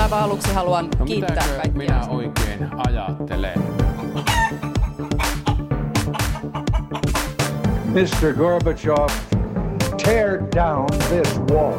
aivan aluksi haluan kiittää kaikkia. Minä oikein ajattelen? Mr. Gorbachev, tear down this wall.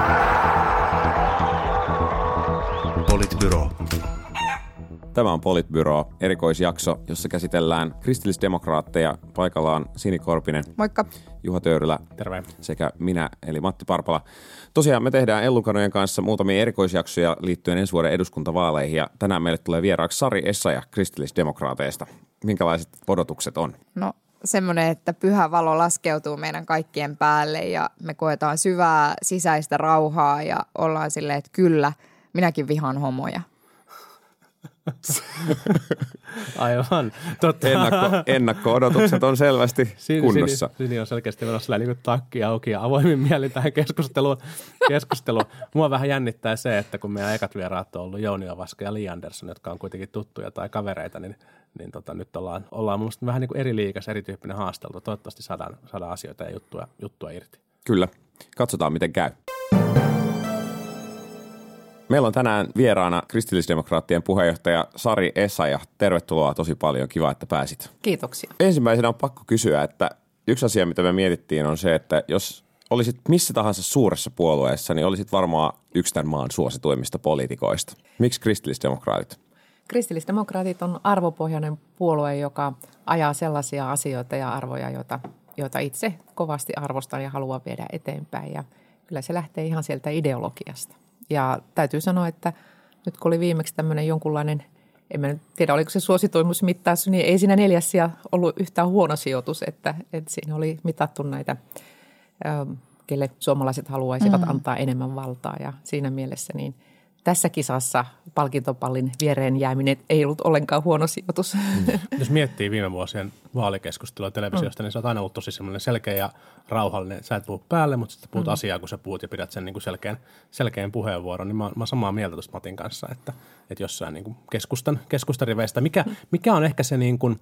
Politbyro. Tämä on Politbyro, erikoisjakso, jossa käsitellään kristillisdemokraatteja. Paikallaan Sini Korpinen. Moikka. Juha Töyrylä. Terve. Sekä minä, eli Matti Parpala. Tosiaan me tehdään Ellukanojen kanssa muutamia erikoisjaksoja liittyen ensi vuoden eduskuntavaaleihin. Ja tänään meille tulee vieraaksi Sari Essayah kristillisdemokraateista. Minkälaiset odotukset on? No semmoinen, että pyhä valo laskeutuu meidän kaikkien päälle ja me koetaan syvää sisäistä rauhaa ja ollaan silleen, että kyllä, minäkin vihaan homoja. Aivan. Ennakko-odotukset on selvästi kunnossa. Sini on selkeästi menossa niin takki auki ja avoimin mieli tähän keskusteluun. Mua vähän jännittää se, että kun meidän ekat vieraat on ollut Jouni Ovaska ja Li Andersson, jotka on kuitenkin tuttuja tai kavereita, niin nyt ollaan mun mielestä vähän niin kuin eri liikas, erityyppinen haastelu. Toivottavasti saadaan asioita ja juttua irti. Kyllä. Katsotaan, miten käy. Meillä on tänään vieraana kristillisdemokraattien puheenjohtaja Sari Essayah. Tervetuloa tosi paljon. Kiva, että pääsit. Kiitoksia. Ensimmäisenä on pakko kysyä, että yksi asia, mitä me mietittiin, on se, että jos olisit missä tahansa suuressa puolueessa, niin olisit varmaan yksi tämän maan suosituimmista poliitikoista. Miksi kristillisdemokraatit? Kristillisdemokraatit on arvopohjainen puolue, joka ajaa sellaisia asioita ja arvoja, joita itse kovasti arvostan ja haluan viedä eteenpäin. Ja kyllä se lähtee ihan sieltä ideologiasta. Ja täytyy sanoa, että nyt kun oli viimeksi tämmöinen jonkunlainen, en mä nyt tiedä oliko se suosituimmuusmittaus, niin ei siinä 4. ollut yhtään huono sijoitus, että siinä oli mitattu näitä, kelle suomalaiset haluaisivat antaa enemmän valtaa ja siinä mielessä niin tässä kisassa palkintopallin viereen jääminen ei ollut ollenkaan huono sijoitus. Jos miettii viime vuosien vaalikeskustelua televisiosta, niin sä oot aina ollut tosi semmoinen selkeä ja rauhallinen. Sä et puhu päälle, mutta sitten puhut asiaa, kun sä puhut ja pidät sen niin kuin selkeän puheenvuoron. Niin mä oon samaa mieltä tuosta Matin kanssa, että jossain niin kuin keskustan riveistä. Mikä on ehkä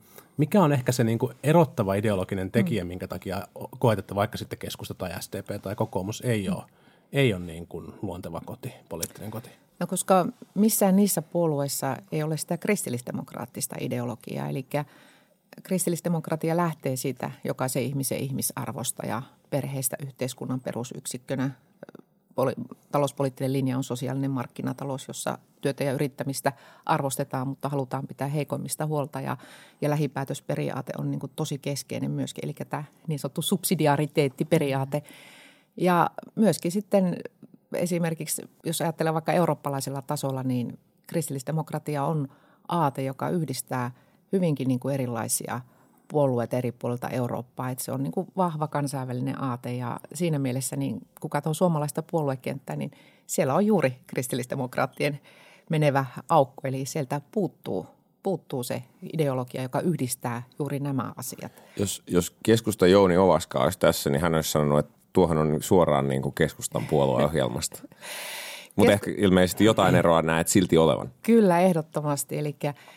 se niin kuin erottava ideologinen tekijä, minkä takia koet, että vaikka sitten keskusta tai SDP tai kokoomus ei ole niin kuin luonteva koti, poliittinen koti? No koska missään niissä puolueissa ei ole sitä kristillisdemokraattista ideologiaa, eli kristillisdemokratia lähtee siitä jokaisen ihmisen ihmisarvosta ja perheestä yhteiskunnan perusyksikkönä. Talouspoliittinen linja on sosiaalinen markkinatalous, jossa työtä ja yrittämistä arvostetaan, mutta halutaan pitää heikoimmista huolta ja lähipäätösperiaate on niin kuin tosi keskeinen myöskin, eli tämä niin sanottu subsidiariteettiperiaate. Ja myöskin sitten esimerkiksi, jos ajattelee vaikka eurooppalaisella tasolla, niin kristillisdemokratia on aate, joka yhdistää hyvinkin niin kuin erilaisia puolueita eri puolilta Eurooppaa. Että se on niin kuin vahva kansainvälinen aate ja siinä mielessä, niin kun katsoo suomalaista puoluekenttää, niin siellä on juuri kristillisdemokraattien menevä aukko. Eli sieltä puuttuu se ideologia, joka yhdistää juuri nämä asiat. Jos keskusta Jouni Ovaska olisi tässä, niin hän olisi sanonut, että tuohan on suoraan niin kuin keskustan puolueohjelmasta. Mutta ehkä ilmeisesti jotain eroa näet silti olevan. Kyllä, ehdottomasti. Eli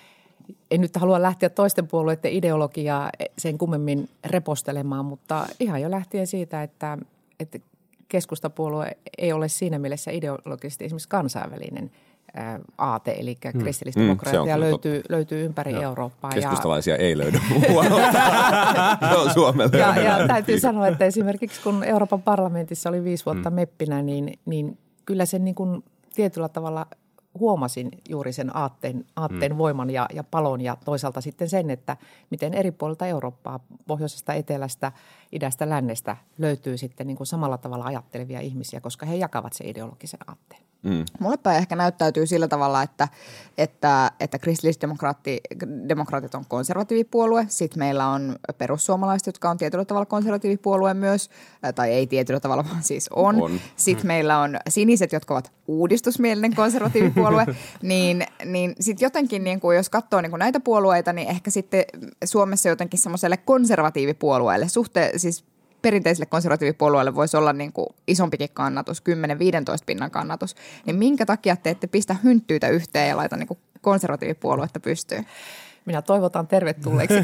en nyt halua lähteä toisten puolueiden ideologiaa sen kummemmin repostelemaan, mutta ihan jo lähtien siitä, että keskustapuolue ei ole siinä mielessä ideologisesti esimerkiksi kansainvälinen aate, eli kristillisdemokraatia löytyy ympäri Eurooppaa. Keskustalaisia ei löydy muualta. Suomelle. Ja täytyy sanoa, että esimerkiksi kun Euroopan parlamentissa oli 5 vuotta meppinä, niin kyllä sen niin kuin tietyllä tavalla huomasin juuri sen aatteen voiman ja palon ja toisaalta sitten sen, että miten eri puolilta Eurooppaa, pohjoisesta, etelästä, idästä, lännestä löytyy sitten niin kuin samalla tavalla ajattelevia ihmisiä, koska he jakavat sen ideologisen aatteen. Mullepäin ehkä näyttäytyy sillä tavalla, että kristillisdemokraatit on konservatiivipuolue. Sitten meillä on perussuomalaiset, jotka on tietyllä tavalla konservatiivipuolue myös, tai ei tietyllä tavalla, vaan siis on. Sitten meillä on siniset, jotka ovat uudistusmielinen konservatiivipuolue. niin sitten jotenkin, niin kuin jos katsoo niin kuin näitä puolueita, niin ehkä sitten Suomessa jotenkin semmoiselle konservatiivipuolueelle siis perinteiselle konservatiivipuolueelle voisi olla niin kuin isompikin kannatus, 10-15 pinnan kannatus, niin minkä takia te ette pistä hynttyytä yhteen ja laita niin kuin konservatiivipuoluetta pystyyn? Minä toivotan tervetulleeksi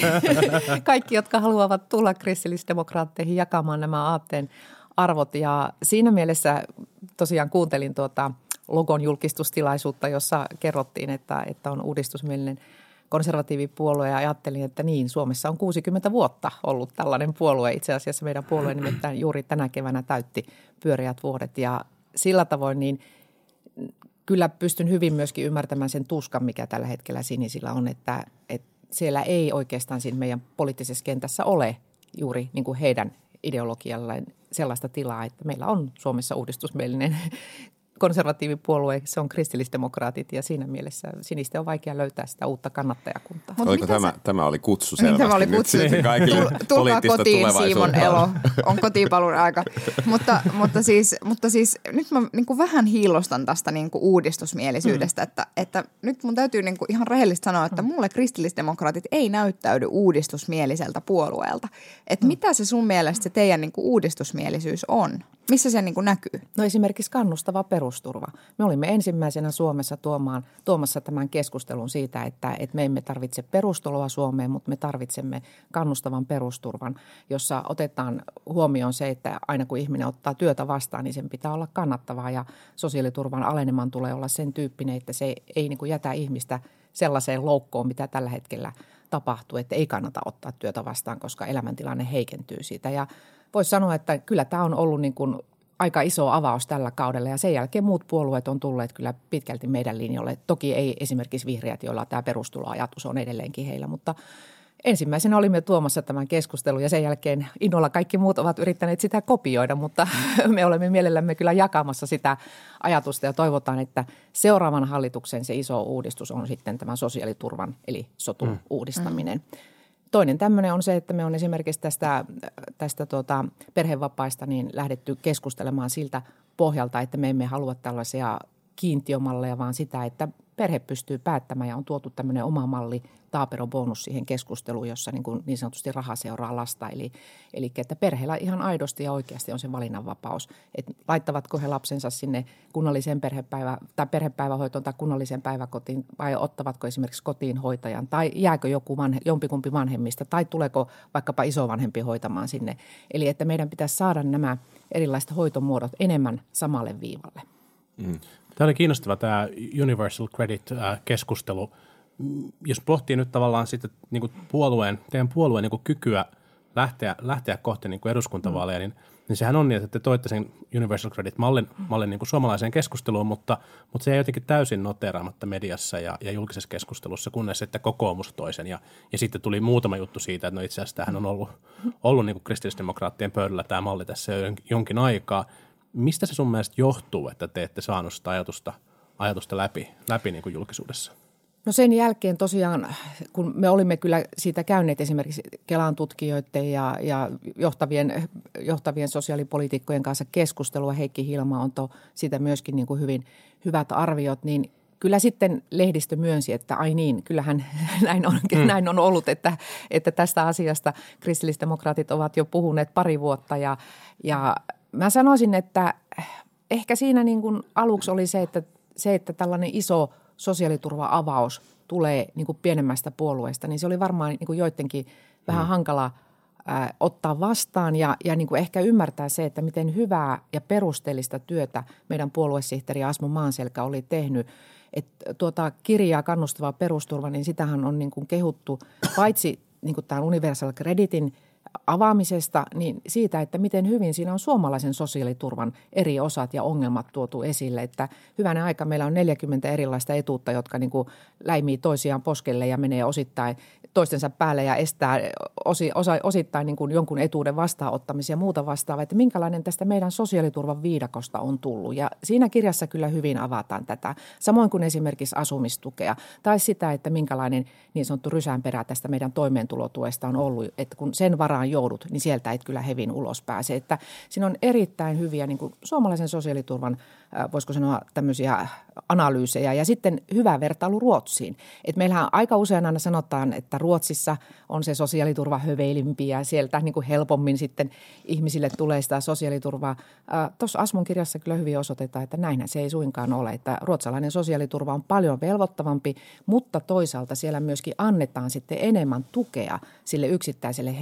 kaikki, jotka haluavat tulla kristillisdemokraatteihin jakamaan nämä aatteen arvot. Ja siinä mielessä tosiaan kuuntelin logon julkistustilaisuutta, jossa kerrottiin, että on uudistusmielinen konservatiivipuolue ja ajattelin, että niin, Suomessa on 60 vuotta ollut tällainen puolue. Itse asiassa meidän puolue nimittäin juuri tänä keväänä täytti pyöreät vuodet ja sillä tavoin niin kyllä pystyn hyvin myöskin ymmärtämään sen tuskan, mikä tällä hetkellä sinisillä on, että siellä ei oikeastaan siinä meidän poliittisessa kentässä ole juuri niin kuin heidän ideologiallaan sellaista tilaa, että meillä on Suomessa uudistusmielinen konservatiivipuolue, se on kristillisdemokraatit ja siinä mielessä sinistä on vaikea löytää sitä uutta kannattajakuntaa. Oliko tämä oli kutsu selvästi? Tämä oli kutsu. Tulkaa kotiin, Simon Elo. On kotipaluun aika. mutta siis nyt mä niin kuin vähän hiillostan tästä niin kuin uudistusmielisyydestä, että nyt mun täytyy niin kuin ihan rehellisesti sanoa, että mulle kristillisdemokraatit ei näyttäydy uudistusmieliseltä puolueelta. Että mitä se sun mielestä se teidän niin kuin uudistusmielisyys on? Missä se niin kuin näkyy? No esimerkiksi kannustava perusturva. Me olimme ensimmäisenä Suomessa tuomassa tämän keskustelun siitä, että me emme tarvitse perustuloa Suomeen, mutta me tarvitsemme kannustavan perusturvan, jossa otetaan huomioon se, että aina kun ihminen ottaa työtä vastaan, niin sen pitää olla kannattavaa ja sosiaaliturvan aleneman tulee olla sen tyyppinen, että se ei niin kuin jätä ihmistä sellaiseen loukkoon, mitä tällä hetkellä tapahtuu, että ei kannata ottaa työtä vastaan, koska elämäntilanne heikentyy siitä ja voisi sanoa, että kyllä tämä on ollut niin kuin aika iso avaus tällä kaudella ja sen jälkeen muut puolueet on tulleet kyllä pitkälti meidän linjoille. Toki ei esimerkiksi vihreät, joilla tämä perustuloajatus on edelleenkin heillä, mutta ensimmäisenä olimme tuomassa tämän keskustelun ja sen jälkeen innolla kaikki muut ovat yrittäneet sitä kopioida, mutta me olemme mielellämme kyllä jakamassa sitä ajatusta ja toivotaan, että seuraavan hallituksen se iso uudistus on sitten tämän sosiaaliturvan eli sotun uudistaminen. Toinen tämmöinen on se, että me on esimerkiksi tästä perhevapaista niin lähdetty keskustelemaan siltä pohjalta, että me emme halua tällaisia kiintiömalleja, vaan sitä, että perhe pystyy päättämään ja on tuotu tämmöinen oma malli, taaperobonus siihen keskusteluun, jossa niin sanotusti raha seuraa lasta. Eli että perheellä ihan aidosti ja oikeasti on se valinnanvapaus, että laittavatko he lapsensa sinne kunnalliseen perhepäivähoitoon tai kunnalliseen päiväkotiin vai ottavatko esimerkiksi kotiin hoitajan tai jääkö jompikumpi vanhemmista tai tuleeko vaikkapa isovanhempi hoitamaan sinne. Eli että meidän pitäisi saada nämä erilaiset hoitomuodot enemmän samalle viivalle. Tämä oli kiinnostava tämä Universal Credit-keskustelu. Jos pohtii nyt tavallaan sitten niin kuin teidän puolueen niin kuin kykyä lähteä kohti niin kuin eduskuntavaaleja, niin sehän on niin, että te toitte sen Universal Credit-mallin niin kuin suomalaiseen keskusteluun, mutta se ei jotenkin täysin noteraamatta mediassa ja julkisessa keskustelussa, kunnes sitten kokoomus toi sen. Ja sitten tuli muutama juttu siitä, että no itse asiassa tämähän on ollut niin kuin kristillisdemokraattien pöydällä tämä malli tässä jo jonkin aikaa. Mistä se sun mielestä johtuu, että te ette saanut sitä ajatusta läpi niin kuin julkisuudessa? No sen jälkeen tosiaan, kun me olimme kyllä siitä käyneet esimerkiksi Kelan tutkijoiden ja johtavien sosiaalipoliitikkojen kanssa keskustelua, Heikki Hilma on siitä myöskin niin kuin hyvin hyvät arviot, niin kyllä sitten lehdistö myönsi, että ai niin, kyllähän näin on ollut, että tästä asiasta kristillisdemokraatit ovat jo puhuneet pari vuotta ja mä sanoisin, että ehkä siinä niin kuin aluksi oli se, että tällainen iso sosiaaliturva-avaus tulee niin kuin pienemmästä puolueesta, niin se oli varmaan niin kuin joidenkin vähän hankala ottaa vastaan ja niin kuin ehkä ymmärtää se, että miten hyvää ja perusteellista työtä meidän puoluesihteeri Asmo Maanselkä oli tehnyt. Että kirjaa Kannustava perusturva, niin sitähän on niin kuin kehuttu paitsi niin kuin tämän Universal Creditin avaamisesta, niin siitä, että miten hyvin siinä on suomalaisen sosiaaliturvan eri osat ja ongelmat tuotu esille. Että hyvänä aika meillä on 40 erilaista etuutta, jotka niin kuin läimii toisiaan poskelle ja menee osittain toistensa päälle ja estää osittain niin kuin jonkun etuuden vastaanottamisia ja muuta vastaavaa, että minkälainen tästä meidän sosiaaliturvan viidakosta on tullut. Ja siinä kirjassa kyllä hyvin avataan tätä, samoin kuin esimerkiksi asumistukea tai sitä, että minkälainen niin sanottu rysänperä tästä meidän toimeentulotuesta on ollut, että kun sen varaan joudut, niin sieltä et kyllä hevin ulos pääse. Että siinä on erittäin hyviä niin kuin suomalaisen sosiaaliturvan, voisiko sanoa tämmöisiä analyysejä ja sitten hyvä vertailu Ruotsiin. Että meillähän aika usein aina sanotaan, että Ruotsissa on se sosiaaliturva höveilimpi ja sieltä niin kuin helpommin sitten ihmisille tulee sitä sosiaaliturvaa. Tuossa Asmon kirjassa kyllä hyvin osoitetaan, että näinhän se ei suinkaan ole, että ruotsalainen sosiaaliturva on paljon velvoittavampi, mutta toisaalta siellä myöskin annetaan sitten enemmän tukea sille yksittäiselle henkilölle.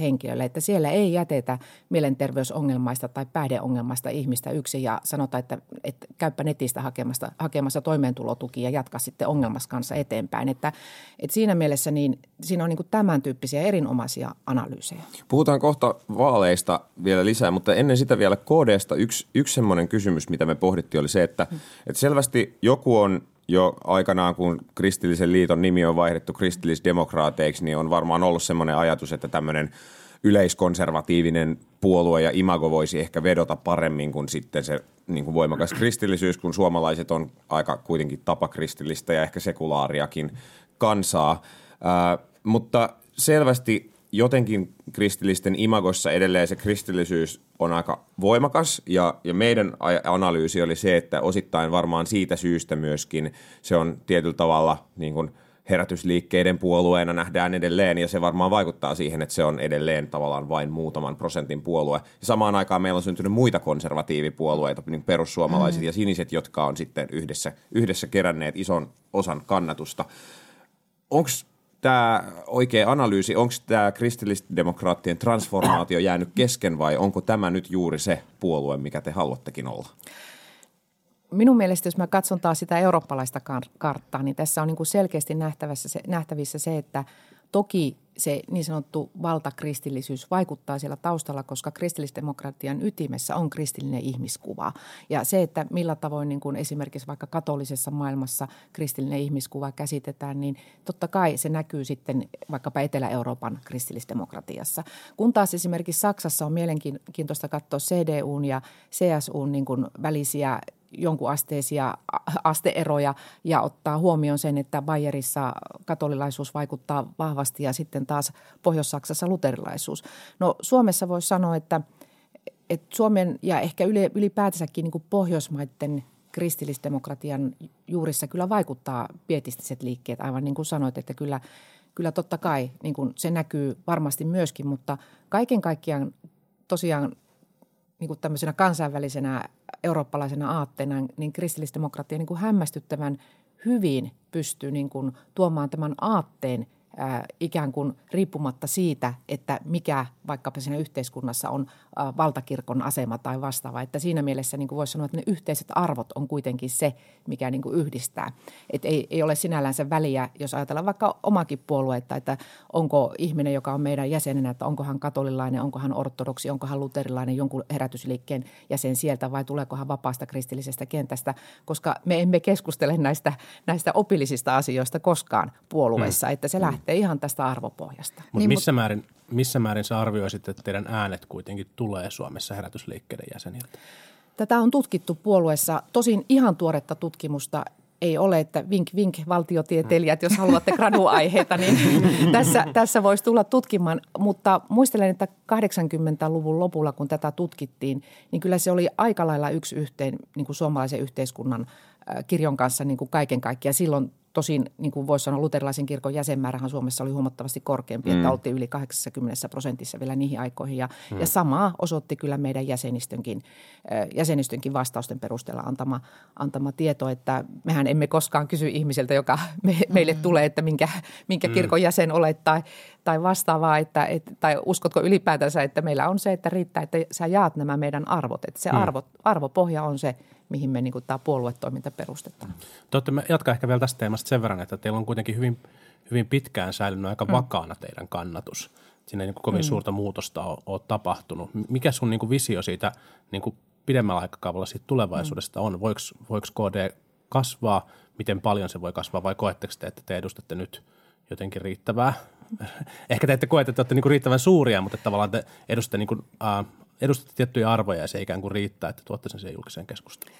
että siellä ei jätetä mielenterveysongelmaista tai päihdeongelmaista ihmistä yksin ja sanota, että käyppä netistä hakemassa toimeentulotukia ja jatka sitten ongelmassa kanssa eteenpäin. Että siinä mielessä niin siinä on niin kuin tämän tyyppisiä erinomaisia analyysejä. Puhutaan kohta vaaleista vielä lisää, mutta ennen sitä vielä KD:sta yksi semmoinen kysymys, mitä me pohdittiin, oli se, että selvästi joku on jo aikanaan, kun Kristillisen liiton nimi on vaihdettu kristillisdemokraateiksi, niin on varmaan ollut semmoinen ajatus, että tämmöinen yleiskonservatiivinen puolue ja imago voisi ehkä vedota paremmin kuin sitten se niin kuin voimakas kristillisyys, kun suomalaiset on aika kuitenkin tapakristillistä ja ehkä sekulaariakin kansaa. Mutta selvästi jotenkin kristillisten imagossa edelleen se kristillisyys on aika voimakas ja meidän analyysi oli se, että osittain varmaan siitä syystä myöskin se on tietyllä tavalla niin kuin herätysliikkeiden puolueena nähdään edelleen ja se varmaan vaikuttaa siihen, että se on edelleen tavallaan vain muutaman prosentin puolue. Ja samaan aikaan meillä on syntynyt muita konservatiivipuolueita, niin perussuomalaiset ja siniset, jotka on sitten yhdessä keränneet ison osan kannatusta. Onko tämä oikea analyysi, onko tämä kristillisdemokraattien transformaatio jäänyt kesken vai onko tämä nyt juuri se puolue, mikä te haluattekin olla? Minun mielestä, jos mä katson taas sitä eurooppalaista karttaa, niin tässä on niin kuin selkeästi nähtävissä se, että toki se niin sanottu valtakristillisyys vaikuttaa siellä taustalla, koska kristillisdemokratian ytimessä on kristillinen ihmiskuva. Ja se, että millä tavoin niin kuin esimerkiksi vaikka katolisessa maailmassa kristillinen ihmiskuva käsitetään, niin totta kai se näkyy sitten vaikkapa Etelä-Euroopan kristillisdemokratiassa. Kun taas esimerkiksi Saksassa on mielenkiintoista katsoa CDUn ja CSUn niin kuin välisiä jonkunasteisia asteeroja ja ottaa huomioon sen, että Bayerissa katolilaisuus vaikuttaa vahvasti ja sitten taas Pohjois-Saksassa luterilaisuus. No Suomessa voisi sanoa, että Suomen ja ehkä ylipäätänsäkin niin kuin Pohjoismaiden kristillisdemokratian juurissa kyllä vaikuttaa pietistiset liikkeet, aivan niin kuin sanoit, että kyllä totta kai niin kuin se näkyy varmasti myöskin, mutta kaiken kaikkiaan tosiaan niin kuin tämmöisenä kansainvälisenä eurooppalaisena aatteena, niin kristillisdemokratia niin kuin hämmästyttävän hyvin pystyy niin kuin tuomaan tämän aatteen ikään kuin riippumatta siitä, että mikä vaikkapa siinä yhteiskunnassa on valtakirkon asema tai vastaava. Että siinä mielessä niin kuin voisi sanoa, että ne yhteiset arvot on kuitenkin se, mikä niin kuin yhdistää. Että ei ole sinällänsä väliä, jos ajatellaan vaikka omakin puoluetta, että onko ihminen, joka on meidän jäsenenä, että onko hän katolilainen, onko hän ortodoksi, onko hän luterilainen, jonkun herätysliikkeen jäsen sieltä vai tuleeko hän vapaasta kristillisestä kentästä, koska me emme keskustele näistä opillisista asioista koskaan puolueessa, että se lähtee ihan tästä arvopohjasta. Mutta missä määrin sä arvioisit, että teidän äänet kuitenkin tulee Suomessa herätysliikkeiden jäseniltä? Tätä on tutkittu puolueessa. Tosin ihan tuoretta tutkimusta ei ole, että vink vink valtiotieteilijät, jos haluatte graduaiheita, niin tässä voisi tulla tutkimaan. Mutta muistelen, että 80-luvun lopulla, kun tätä tutkittiin, niin kyllä se oli aika lailla yksi yhteen niin kuin suomalaisen yhteiskunnan kirjon kanssa niin kuin kaiken kaikkiaan. Silloin tosin, niin kuin voisi sanoa, luterilaisen kirkon jäsenmäärähän Suomessa oli huomattavasti korkeampi, että oltiin yli 80% vielä niihin aikoihin. Ja samaa osoitti kyllä meidän jäsenistönkin vastausten perusteella antama tieto, että mehän emme koskaan kysy ihmiseltä, joka meille tulee, että minkä kirkon jäsen olet tai vastaavaa, tai uskotko ylipäätänsä, että meillä on se, että riittää, että sä jaat nämä meidän arvot. Että se arvopohja on se, mihin me niin kuin tämä puoluetoiminta perustetaan. Mä jatkan ehkä vielä tästä teemasta sen verran, että teillä on kuitenkin hyvin, hyvin pitkään säilynyt aika vakaana teidän kannatus. Siinä ei niin kuin kovin suurta muutosta ole tapahtunut. Mikä sun niin kuin visio siitä niin kuin pidemmällä aikakaudella siitä tulevaisuudesta on? Voiko KD kasvaa? Miten paljon se voi kasvaa vai koetteko te, että te edustatte nyt jotenkin riittävää? Ehkä te ette koe, että te olette niin kuin riittävän suuria, mutta tavallaan te edustatte niin kuin, edustatte tiettyjä arvoja ja se ikään kuin riittää, että tuotte sen siihen julkiseen keskusteluun.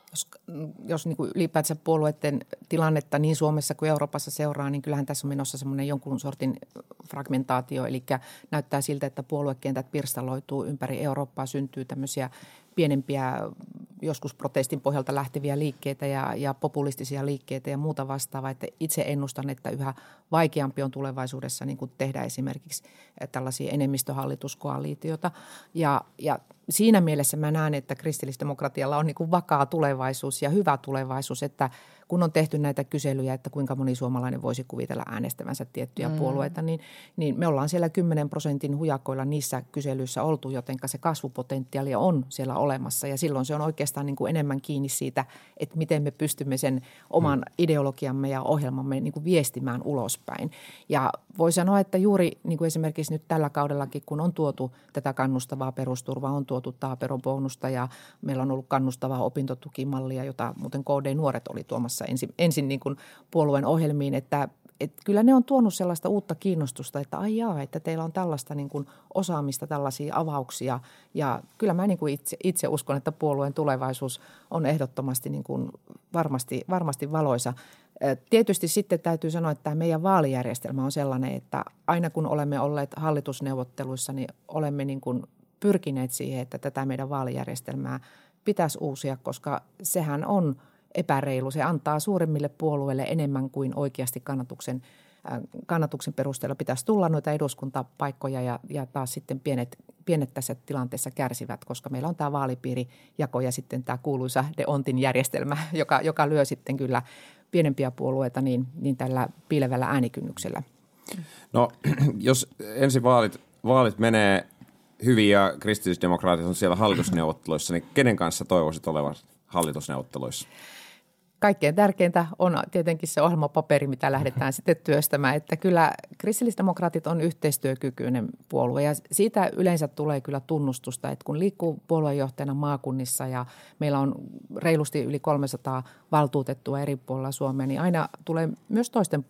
Jos niin kuin ylipäätään puolueiden tilannetta niin Suomessa kuin Euroopassa seuraa, niin kyllähän tässä on menossa semmoinen jonkun sortin fragmentaatio. Eli näyttää siltä, että puoluekentät pirstaloituu ympäri Eurooppaa, syntyy tämmöisiä pienempiä, joskus protestin pohjalta lähteviä liikkeitä ja populistisia liikkeitä ja muuta vastaavaa. Että itse ennustan, että yhä vaikeampi on tulevaisuudessa niin kuin tehdä esimerkiksi tällaisia enemmistöhallituskoalitiota. Ja siinä mielessä mä näen, että kristillisdemokratialla on niin kuin vakaa tulevaisuus ja hyvä tulevaisuus, että kun on tehty näitä kyselyjä, että kuinka moni suomalainen voisi kuvitella äänestävänsä tiettyjä puolueita, niin me ollaan siellä 10% hujakoilla niissä kyselyissä oltu, jotenka se kasvupotentiaali on siellä olemassa. Ja silloin se on oikeastaan niin kuin enemmän kiinni siitä, että miten me pystymme sen oman ideologiamme ja ohjelmamme niin kuin viestimään ulospäin. Ja voi sanoa, että juuri niin kuin esimerkiksi nyt tällä kaudellakin, kun on tuotu tätä kannustavaa perusturvaa, on tuotu taaperobonusta ja meillä on ollut kannustavaa opintotukimallia, jota muuten KD-nuoret oli tuomassa ensin niin kuin puolueen ohjelmiin, että kyllä ne on tuonut sellaista uutta kiinnostusta, että että teillä on tällaista niin kuin osaamista, tällaisia avauksia. Ja kyllä mä niin kuin itse uskon, että puolueen tulevaisuus on ehdottomasti niin kuin varmasti valoisa. Tietysti sitten täytyy sanoa, että tämä meidän vaalijärjestelmä on sellainen, että aina kun olemme olleet hallitusneuvotteluissa, niin olemme niin kuin pyrkineet siihen, että tätä meidän vaalijärjestelmää pitäisi uusia, koska sehän on epäreilu. Se antaa suuremmille puolueille enemmän kuin oikeasti kannatuksen perusteella pitäisi tulla noita eduskuntapaikkoja ja taas sitten pienet tässä tilanteessa kärsivät, koska meillä on tämä vaalipiirijako ja sitten tämä kuuluisa D'Hondtin järjestelmä, joka lyö sitten kyllä pienempiä puolueita niin tällä piilevällä äänikynnyksellä. No jos ensin vaalit menee hyvin ja kristillisdemokraatit on siellä hallitusneuvotteluissa, niin kenen kanssa toivoisit olevan hallitusneuvotteluissa? Kaikkein tärkeintä on tietenkin se ohjelmapaperi, mitä lähdetään sitten työstämään, että kyllä kristillisdemokraatit on yhteistyökykyinen puolue ja siitä yleensä tulee kyllä tunnustusta, että kun liikkuu puoluejohtajana maakunnissa ja meillä on reilusti yli 300 valtuutettua eri puolilla Suomea, niin aina tulee myös toisten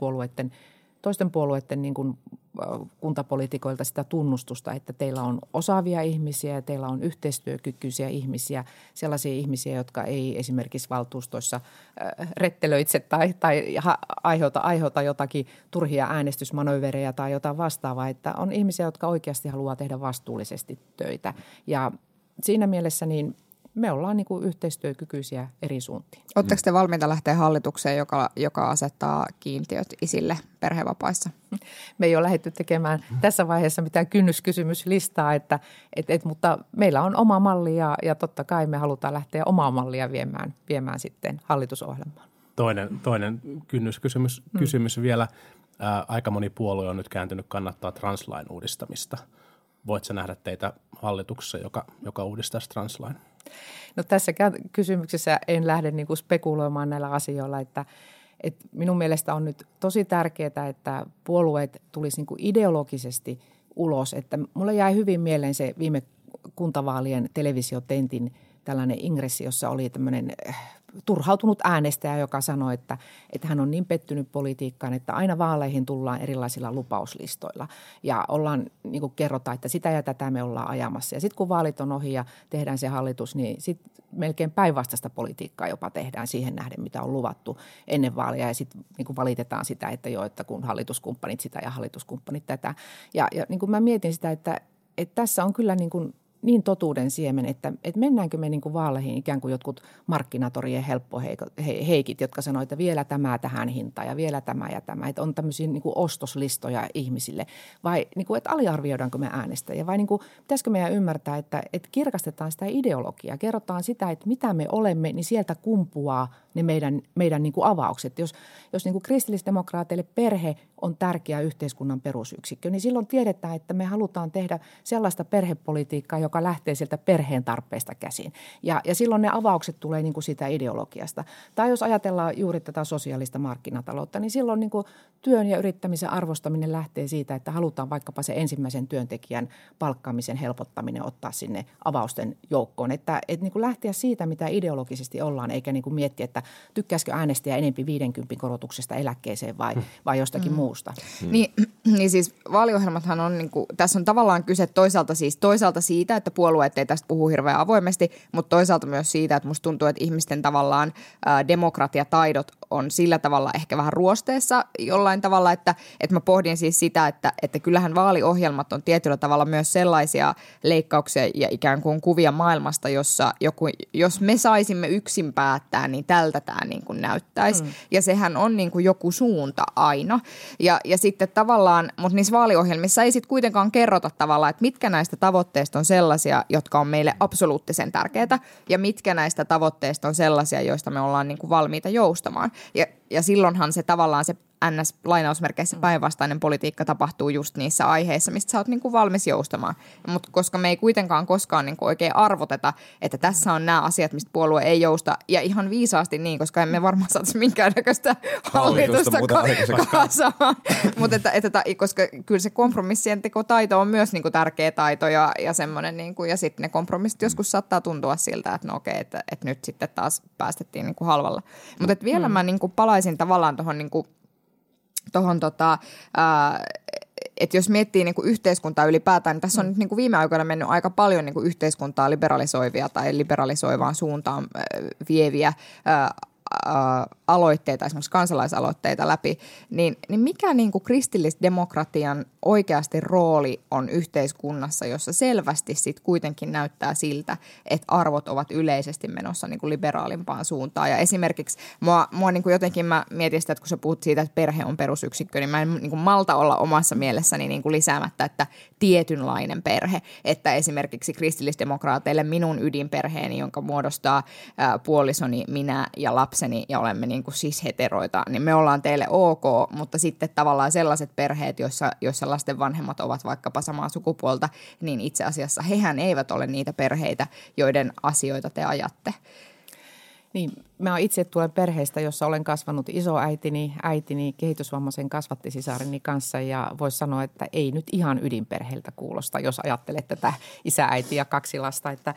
puolueiden niin kuin kuntapoliitikoilta sitä tunnustusta, että teillä on osaavia ihmisiä ja teillä on yhteistyökykyisiä ihmisiä, sellaisia ihmisiä, jotka ei esimerkiksi valtuustoissa rettelöitse tai aiheuta jotakin turhia äänestysmanöverejä tai jotain vastaavaa, että on ihmisiä, jotka oikeasti haluaa tehdä vastuullisesti töitä ja siinä mielessä niin me ollaan niin kuin yhteistyökykyisiä eri suuntiin. Oletteko te valmiita lähteä hallitukseen, joka asettaa kiintiöt isille perhevapaissa? Me ei ole lähdetty tekemään tässä vaiheessa mitään kynnyskysymyslistaa, mutta meillä on oma malli ja totta kai me halutaan lähteä omaa mallia viemään sitten hallitusohjelmaan. Toinen kynnyskysymys vielä. Aika moni puolue on nyt kääntynyt kannattaa translain uudistamista. Voit sä nähdä teitä hallituksessa, joka uudistaisi translain? No tässä kysymyksessä en lähde niin kuin spekuloimaan näillä asioilla, että minun mielestä on nyt tosi tärkeää, että puolueet tulisi niin kuin ideologisesti ulos. Että mulle jäi hyvin mieleen se viime kuntavaalien televisiotentin tällainen ingressi, jossa oli tämmöinen turhautunut äänestäjä, joka sanoi, että hän on niin pettynyt politiikkaan, että aina vaaleihin tullaan erilaisilla lupauslistoilla. Ja niin kuin kerrotaan, että sitä ja tätä me ollaan ajamassa. Ja sitten kun vaalit on ohi ja tehdään se hallitus, niin sitten melkein päinvastaista politiikkaa jopa tehdään siihen nähden, mitä on luvattu ennen vaaleja. Ja sitten niin kuin valitetaan sitä, että kun hallituskumppanit sitä ja hallituskumppanit tätä. Ja niin kuin mä mietin sitä, että tässä on kyllä niin totuuden siemen, että mennäänkö me niin kuin vaaleihin ikään kuin jotkut markkinatorien helppoheikit, jotka sanoo, että vielä tämä tähän hintaan ja vielä tämä ja tämä. Että on tämmöisiä niin kuin ostoslistoja ihmisille. Vai niin kuin, että aliarvioidaanko me äänestäjiä? Vai niin kuin, pitäisikö meidän ymmärtää, että kirkastetaan sitä ideologiaa, kerrotaan sitä, että mitä me olemme, niin sieltä kumpuaa ne meidän niin kuin avaukset. Jos niin kuin kristillisdemokraateille perhe on tärkeä yhteiskunnan perusyksikkö, niin silloin tiedetään, että me halutaan tehdä sellaista perhepolitiikkaa, joka lähtee sieltä perheen tarpeesta käsin. Ja silloin ne avaukset tulee niin kuin siitä ideologiasta. Tai jos ajatellaan juuri tätä sosiaalista markkinataloutta, niin silloin niin kuin työn ja yrittämisen arvostaminen lähtee siitä, että halutaan vaikkapa se ensimmäisen työntekijän palkkaamisen helpottaminen ottaa sinne avausten joukkoon. Että niin kuin lähteä siitä, mitä ideologisesti ollaan, eikä niin kuin miettiä, että tykkääskö äänestäjä enempi 50 korotuksesta eläkkeeseen vai jostakin muusta. Niin siis vaaliohjelmathan on, niin kuin, tässä on tavallaan kyse toisaalta siitä, että puolueet ei tästä puhu hirveän avoimesti, mutta toisaalta myös siitä, että musta tuntuu, että ihmisten tavallaan demokratiataidot on sillä tavalla ehkä vähän ruosteessa jollain tavalla, että mä pohdin siis sitä, että kyllähän vaaliohjelmat on tietyllä tavalla myös sellaisia leikkauksia ja ikään kuin kuvia maailmasta, jossa jos me saisimme yksin päättää, niin miltä tämä niin kuin näyttäisi. Ja sehän on niin kuin joku suunta aina. Ja sitten tavallaan, mutta niissä vaaliohjelmissa ei sitten kuitenkaan kerrota tavallaan, että mitkä näistä tavoitteista on sellaisia, jotka on meille absoluuttisen tärkeitä ja mitkä näistä tavoitteista on sellaisia, joista me ollaan niin kuin valmiita joustamaan. Ja silloinhan se tavallaan se NS-lainausmerkeissä päinvastainen politiikka tapahtuu just niissä aiheissa, mistä sä oot niin kuin valmis joustamaan. Mutta koska me ei kuitenkaan koskaan niin kuin oikein arvoteta, että tässä on nämä asiat, mistä puolue ei jousta, ja ihan viisaasti niin, koska emme varmaan saataisi minkäännäköistä hallitusta kasaan. Mutta koska kyllä se kompromissien tekotaito on myös niin kuin tärkeä taito ja semmoinen, niin kuin, ja sitten ne kompromissit joskus saattaa tuntua siltä, että no okei, että nyt sitten taas päästettiin niin kuin halvalla. Mutta vielä mä niin kuin palaisin tavallaan tuohon niin kuin että jos miettii niin kuin yhteiskuntaa ylipäätään, niin tässä on nyt niin kuin viime aikoina mennyt aika paljon niin kuin yhteiskuntaa liberalisoivia tai liberalisoivaan suuntaan vieviä aloitteita, esimerkiksi kansalaisaloitteita läpi, niin mikä niin kuin kristillisdemokratian oikeasti rooli on yhteiskunnassa, jossa selvästi sit kuitenkin näyttää siltä, että arvot ovat yleisesti menossa niin kuin liberaalimpaan suuntaan. Ja esimerkiksi mua niin kuin jotenkin mä mietin sitä, että kun sä puhut siitä, että perhe on perusyksikkö, niin mä en niin kuin malta olla omassa mielessäni niin kuin lisäämättä, että tietynlainen perhe. Että esimerkiksi kristillisdemokraateille minun ydinperheeni, jonka muodostaa puolisoni, minä ja lapseni ja olemme niin kuin cis-heteroita, niin me ollaan teille ok, mutta sitten tavallaan sellaiset perheet, joissa lasten vanhemmat ovat vaikkapa samaa sukupuolta, niin itse asiassa hehän eivät ole niitä perheitä, joiden asioita te ajatte. Niin, mä itse tulen perheestä, jossa olen kasvanut äitini kehitysvammaisen kasvattisisareni kanssa ja voisi sanoa, että ei nyt ihan ydinperheeltä kuulosta, jos ajattelet tätä isä, äiti ja 2 lasta, että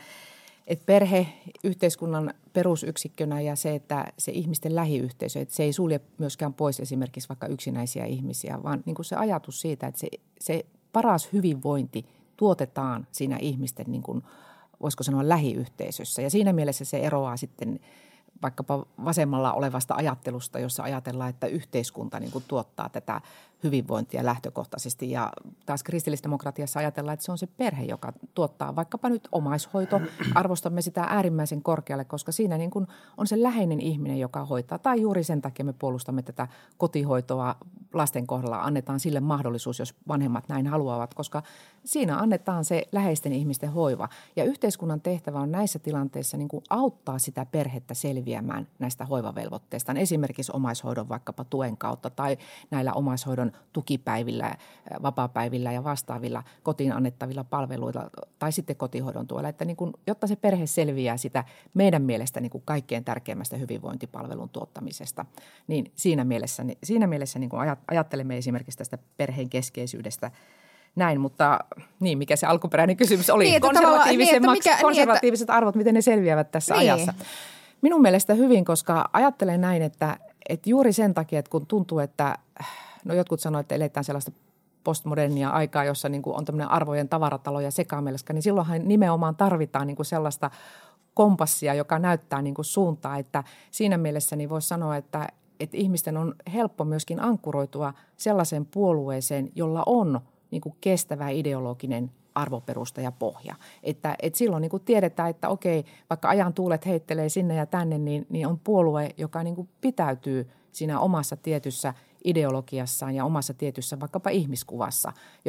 perhe yhteiskunnan perusyksikkönä ja se, että se ihmisten lähiyhteisö, että se ei sulje myöskään pois esimerkiksi vaikka yksinäisiä ihmisiä, vaan niin kuin se ajatus siitä, että se paras hyvinvointi tuotetaan siinä ihmisten, niin kuin, voisiko sanoa, lähiyhteisössä. Ja siinä mielessä se eroaa sitten vaikkapa vasemmalla olevasta ajattelusta, jossa ajatellaan, että yhteiskunta niin kuin tuottaa tätä hyvinvointia lähtökohtaisesti. Ja taas kristillisdemokratiassa ajatellaan, että se on se perhe, joka tuottaa vaikkapa nyt omaishoito. Arvostamme sitä äärimmäisen korkealle, koska siinä niin kuin on se läheinen ihminen, joka hoitaa. Tai juuri sen takia me puolustamme tätä kotihoitoa lasten kohdalla. Annetaan sille mahdollisuus, jos vanhemmat näin haluavat, koska siinä annetaan se läheisten ihmisten hoiva. Ja yhteiskunnan tehtävä on näissä tilanteissa niin kuin auttaa sitä perhettä selviämään näistä hoivavelvoitteista. Esimerkiksi omaishoidon vaikkapa tuen kautta tai näillä omaishoidon tukipäivillä, vapaapäivillä ja vastaavilla kotiin annettavilla palveluilla tai sitten kotihoidon tuella, että niin kuin, jotta se perhe selviää sitä meidän mielestä niin kuin kaikkein tärkeimmästä hyvinvointipalvelun tuottamisesta, niin siinä mielessä niin kuin ajattelemme esimerkiksi tästä perheen keskeisyydestä näin, mutta niin, mikä se alkuperäinen kysymys oli, niin, konservatiiviset arvot, miten ne selviävät tässä ajassa. Minun mielestä hyvin, koska ajattelen näin, että juuri sen takia, että kun tuntuu, että no jotkut sanoo, että eletään sellaista postmodernia aikaa, jossa niin kuin on tämmöinen arvojen tavaratalo ja sekamelska, niin silloinhan nimenomaan tarvitaan niin kuin sellaista kompassia, joka näyttää niin kuin suuntaa, että siinä mielessä niin voisi sanoa, että ihmisten on helppo myöskin ankkuroitua sellaiseen puolueeseen, jolla on niin kuin kestävä ideologinen arvoperusta ja pohja. Että silloin niin kuin tiedetään, että okei, vaikka ajan tuulet heittelee sinne ja tänne, niin on puolue, joka niin kuin pitäytyy siinä omassa tietyssä ideologiassaan ja omassa tietyssä vaikkapa ihmiskuvassa,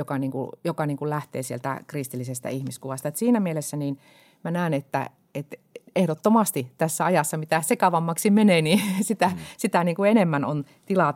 joka niin kuin lähtee sieltä kristillisestä ihmiskuvasta. Et siinä mielessä niin mä näen, että ehdottomasti tässä ajassa, mitä sekavammaksi menee, niin sitä niin kuin enemmän on tilaa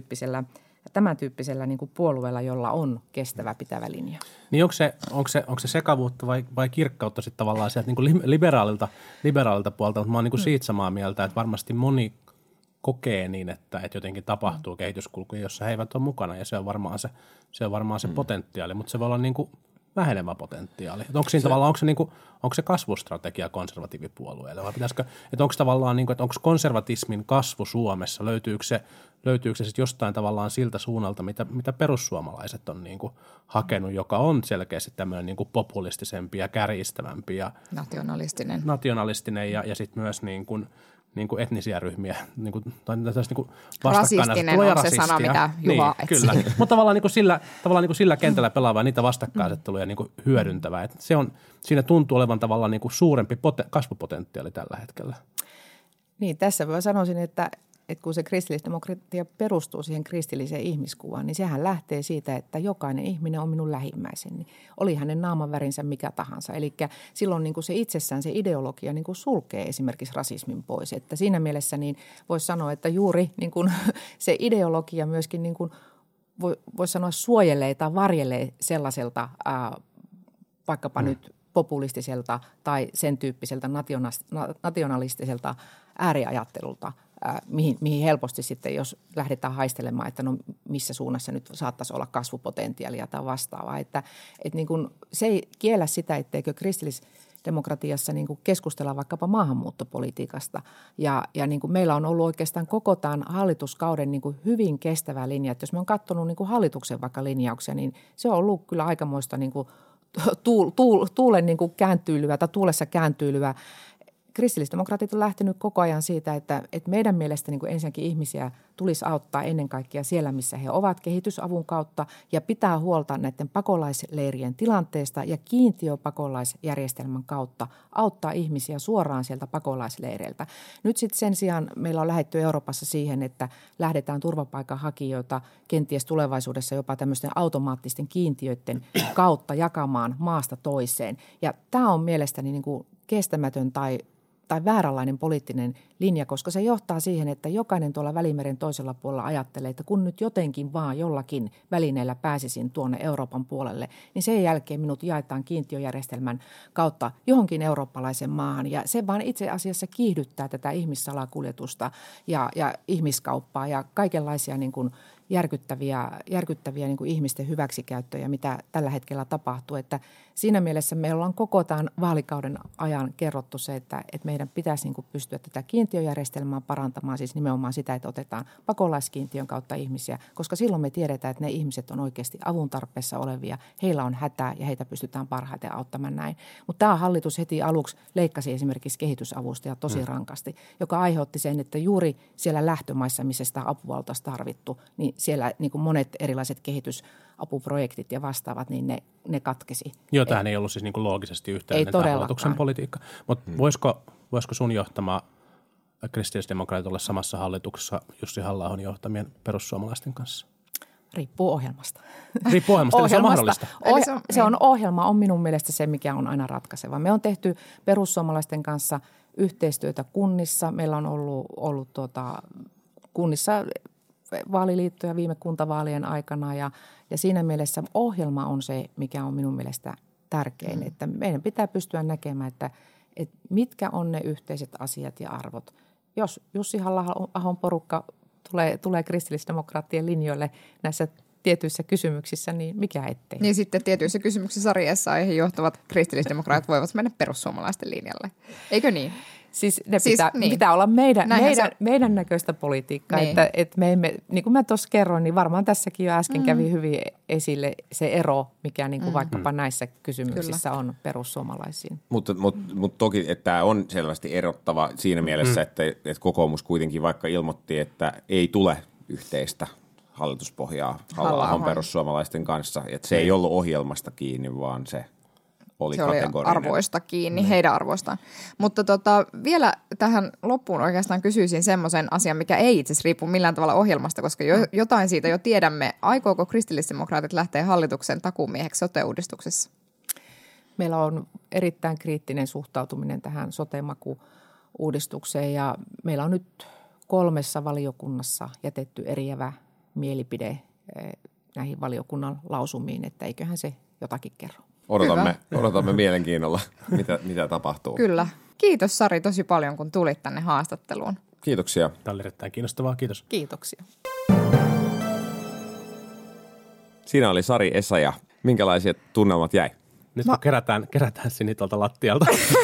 tämän tyyppisellä niin kuin puolueella, jolla on kestävä, pitävä linja. Niin onko se sekavuutta vai kirkkautta sitten tavallaan sieltä niin kuin liberaalilta puolta? Mutta mä oon niin kuin siitä samaa mieltä, että varmasti moni kokee niin, että jotenkin tapahtuu kehityskulkuja, jossa he eivät ole mukana ja se on varmaan se potentiaali, mutta se voi olla niin kuin vähenevä potentiaali. Onko siinä tavallaan, onko se kasvustrategia konservatiivipuolueelle vai pitäisikö, että onko tavallaan niin kuin, että onko konservatismin kasvu Suomessa, löytyykö se sitten jostain tavallaan siltä suunnalta, mitä perussuomalaiset on niin kuin hakenut, joka on selkeästi tämmöinen niin kuin populistisempi ja kärjistävämpi ja nationalistinen ja sitten myös niin kuin etnisiä ryhmiä, tai rasistinen on se sana, mitä Juha etsi. Kyllä, mutta tavallaan sillä kentällä pelaavaa niitä vastakkainasetteluja hyödyntävää. Siinä tuntuu olevan tavallaan suurempi kasvupotentiaali tällä hetkellä. Niin, tässä mä sanoisin, että kun se kristillisdemokratia perustuu siihen kristilliseen ihmiskuvaan, niin sehän lähtee siitä, että jokainen ihminen on minun lähimmäiseni. Oli hänen naamanvärinsä mikä tahansa. Eli silloin niin kuin se itsessään se ideologia niin kuin sulkee esimerkiksi rasismin pois. Että siinä mielessä niin voisi sanoa, että juuri niin kuin se ideologia myöskin niin kuin voisi sanoa suojelee tai varjelee sellaiselta vaikkapa nyt populistiselta tai sen tyyppiseltä nationalistiselta ääriajattelulta, mihin helposti sitten, jos lähdetään haistelemaan, että no missä suunnassa nyt saattaisi olla kasvupotentiaalia tai vastaavaa. Että niin kuin se ei kiellä sitä, etteikö kristillisdemokratiassa niin kuin keskustella vaikkapa maahanmuuttopolitiikasta. Ja niin kuin meillä on ollut oikeastaan koko tämän hallituskauden niin kuin hyvin kestävä linja. Että jos me on katsonut niin kuin hallituksen vaikka linjauksia, niin se on ollut kyllä aikamoista niin kuin tuulen niin kuin kääntyilyä tai tuulessa kääntyilyä. Kristillisdemokraatit on lähtenyt koko ajan siitä, että meidän mielestä niin kuin ensinnäkin ihmisiä tulisi auttaa ennen kaikkea siellä, missä he ovat kehitysavun kautta ja pitää huolta näiden pakolaisleirien tilanteesta ja kiintiöpakolaisjärjestelmän kautta auttaa ihmisiä suoraan sieltä pakolaisleireiltä. Nyt sitten sen sijaan meillä on lähdetty Euroopassa siihen, että lähdetään turvapaikanhakijoita kenties tulevaisuudessa jopa tämmöisten automaattisten kiintiöiden kautta jakamaan maasta toiseen. Ja tämä on mielestäni niin kuin kestämätön tai vääränlainen poliittinen linja, koska se johtaa siihen, että jokainen tuolla Välimeren toisella puolella ajattelee, että kun nyt jotenkin vaan jollakin välineellä pääsisin tuonne Euroopan puolelle, niin sen jälkeen minut jaetaan kiintiöjärjestelmän kautta johonkin eurooppalaisen maahan. Ja se vaan itse asiassa kiihdyttää tätä ihmissalakuljetusta ja ihmiskauppaa ja kaikenlaisia niin kuin järkyttäviä niin kuin ihmisten hyväksikäyttöjä, mitä tällä hetkellä tapahtuu. Että siinä mielessä me ollaan koko tämän vaalikauden ajan kerrottu se, että meidän pitäisi niin kuin pystyä tätä kiintiöjärjestelmää parantamaan, siis nimenomaan sitä, että otetaan pakolaiskiintiön kautta ihmisiä, koska silloin me tiedetään, että ne ihmiset on oikeasti avun tarpeessa olevia, heillä on hätää ja heitä pystytään parhaiten auttamaan näin. Mutta tämä hallitus heti aluksi leikkasi esimerkiksi kehitysavusta ja tosi rankasti, joka aiheutti sen, että juuri siellä lähtömaissa, missä sitä apua oltaisiin tarvittu, niin siellä niin kuin monet erilaiset kehitysapuprojektit ja vastaavat, niin ne katkesi. Joo, tämähän ei ollut siis niin kuin loogisesti yhteydellinen tämä hallituksen politiikka. Mutta voisiko sun johtama kristillisdemokraatit olla samassa hallituksessa Jussi Halla-ahon johtamien perussuomalaisten kanssa? Riippuu ohjelmasta. Riippuu ohjelmasta, eli se on mahdollista. Se on ohjelma, on minun mielestä se, mikä on aina ratkaiseva. Me on tehty perussuomalaisten kanssa yhteistyötä kunnissa. Meillä on ollut kunnissa vaaliliittoja viime kuntavaalien aikana ja siinä mielessä ohjelma on se, mikä on minun mielestä tärkein. Että meidän pitää pystyä näkemään, että mitkä on ne yhteiset asiat ja arvot. Jos Jussi Halla-ahon porukka tulee kristillisdemokraattien linjoille näissä tietyissä kysymyksissä, niin mikä ettei. Niin sitten tietyissä kysymyksissä Sari Essayah johtavat kristillisdemokraatit voivat mennä perussuomalaisten linjalle. Eikö niin? Siis pitää olla meidän näköistä politiikkaa, niin. Että me emme, niin kuin mä tuossa kerroin, niin varmaan tässäkin jo äsken kävi hyvin esille se ero, mikä niin kuin vaikkapa näissä kysymyksissä on perussuomalaisiin. Mutta toki, että tämä on selvästi erottava siinä mielessä, että kokoomus kuitenkin vaikka ilmoitti, että ei tule yhteistä hallituspohjaa Halla-ahon perussuomalaisten kanssa, että se ei ollut ohjelmasta kiinni, vaan se oli arvoista kiinni, heidän arvoistaan. Mutta vielä tähän loppuun oikeastaan kysyisin semmoisen asian, mikä ei itse asiassa riipu millään tavalla ohjelmasta, koska jotain siitä jo tiedämme. Aikooko kristillisdemokraatit lähteä hallituksen takuumieheksi sote-uudistuksessa? Meillä on erittäin kriittinen suhtautuminen tähän sote-maku-uudistukseen ja meillä on nyt 3 valiokunnassa jätetty eriävä mielipide näihin valiokunnan lausumiin, että eiköhän se jotakin kerro. Odotamme mielenkiinnolla, mitä tapahtuu. Kyllä. Kiitos Sari tosi paljon, kun tulit tänne haastatteluun. Kiitoksia. Tämä oli erittäin kiinnostavaa. Kiitos. Kiitoksia. Siinä oli Sari Essayah. Minkälaisia tunnelmat jäi? Nyt kun kerätään sinne tuolta lattialta.